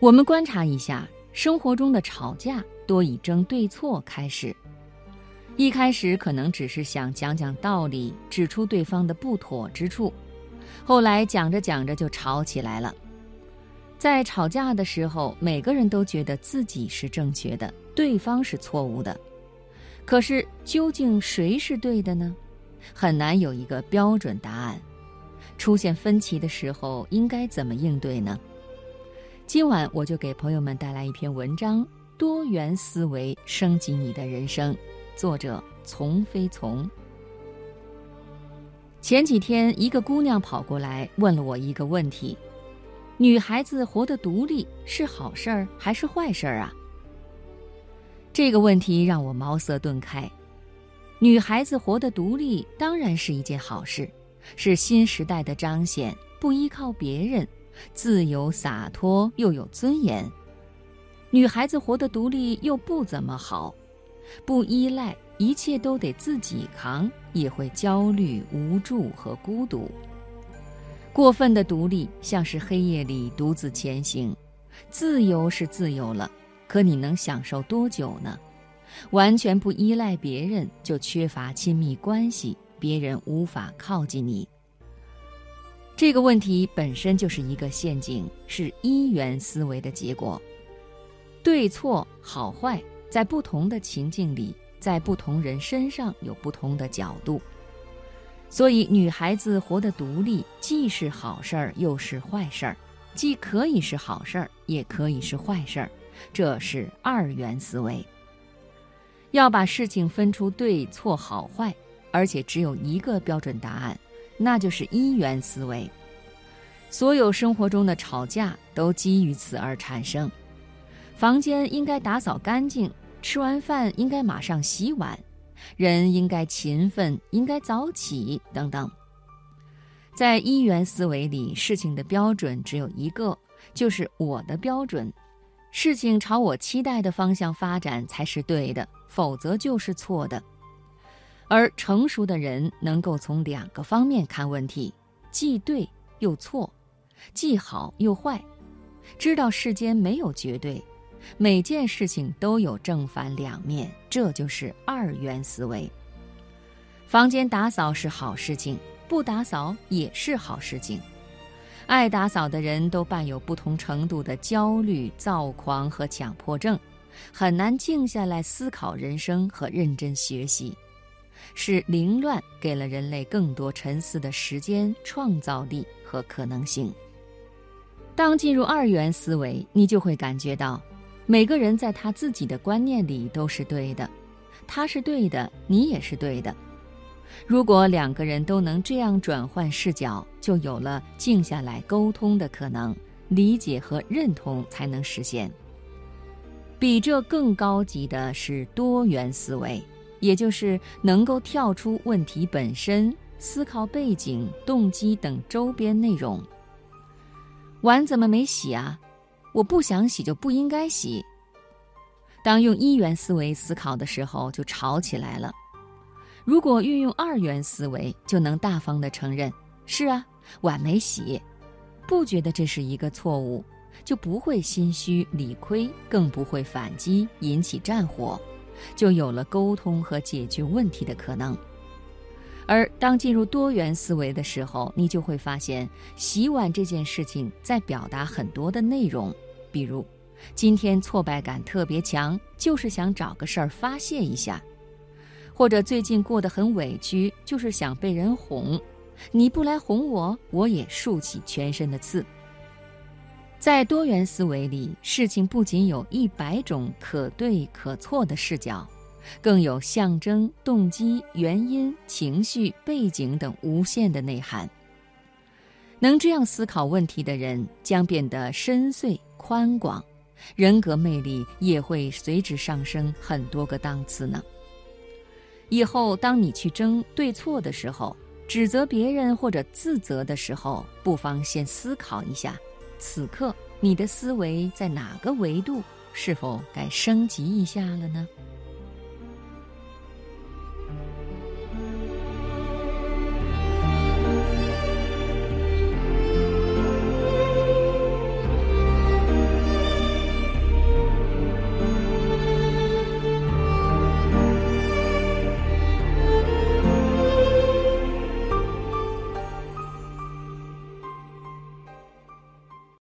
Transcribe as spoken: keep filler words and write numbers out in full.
我们观察一下，生活中的吵架多以争对错开始。一开始可能只是想讲讲道理，指出对方的不妥之处，后来讲着讲着就吵起来了。在吵架的时候，每个人都觉得自己是正确的，对方是错误的。可是究竟谁是对的呢？很难有一个标准答案。出现分歧的时候，应该怎么应对呢？今晚我就给朋友们带来一篇文章，多元思维升级你的人生，作者从非从。前几天一个姑娘跑过来问了我一个问题，女孩子活得独立是好事儿还是坏事儿啊？这个问题让我茅塞顿开。女孩子活得独立当然是一件好事，是新时代的彰显，不依靠别人，自由洒脱又有尊严。女孩子活得独立又不怎么好，不依赖，一切都得自己扛，也会焦虑、无助和孤独。过分的独立像是黑夜里独自前行，自由是自由了，可你能享受多久呢？完全不依赖别人，就缺乏亲密关系，别人无法靠近你。这个问题本身就是一个陷阱，是一元思维的结果。对错好坏在不同的情境里，在不同人身上有不同的角度。所以女孩子活得独立既是好事儿又是坏事儿，既可以是好事儿也可以是坏事儿，这是二元思维。要把事情分出对错好坏，而且只有一个标准答案，那就是一元思维。所有生活中的吵架都基于此而产生。房间应该打扫干净，吃完饭应该马上洗碗，人应该勤奋，应该早起等等。在一元思维里，事情的标准只有一个，就是我的标准。事情朝我期待的方向发展才是对的，否则就是错的。而成熟的人能够从两个方面看问题，既对又错，既好又坏，知道世间没有绝对，每件事情都有正反两面，这就是二元思维。房间打扫是好事情，不打扫也是好事情。爱打扫的人都伴有不同程度的焦虑、躁狂和强迫症，很难静下来思考人生和认真学习。是凌乱给了人类更多沉思的时间、创造力和可能性。当进入二元思维，你就会感觉到每个人在他自己的观念里都是对的，他是对的，你也是对的。如果两个人都能这样转换视角，就有了静下来沟通的可能，理解和认同才能实现。比这更高级的是多元思维，也就是能够跳出问题本身，思考背景、动机等周边内容。碗怎么没洗啊？我不想洗就不应该洗。当用一元思维思考的时候，就吵起来了。如果运用二元思维，就能大方地承认，是啊，碗没洗，不觉得这是一个错误，就不会心虚理亏，更不会反击引起战火，就有了沟通和解决问题的可能。而当进入多元思维的时候，你就会发现洗碗这件事情在表达很多的内容，比如今天挫败感特别强，就是想找个事儿发泄一下，或者最近过得很委屈，就是想被人哄，你不来哄我，我也竖起全身的刺。在多元思维里，事情不仅有一百种可对可错的视角，更有象征、动机、原因、情绪、背景等无限的内涵。能这样思考问题的人将变得深邃宽广，人格魅力也会随之上升很多个档次呢。以后当你去争对错的时候，指责别人或者自责的时候，不妨先思考一下，此刻你的思维在哪个维度，是否该升级一下了呢？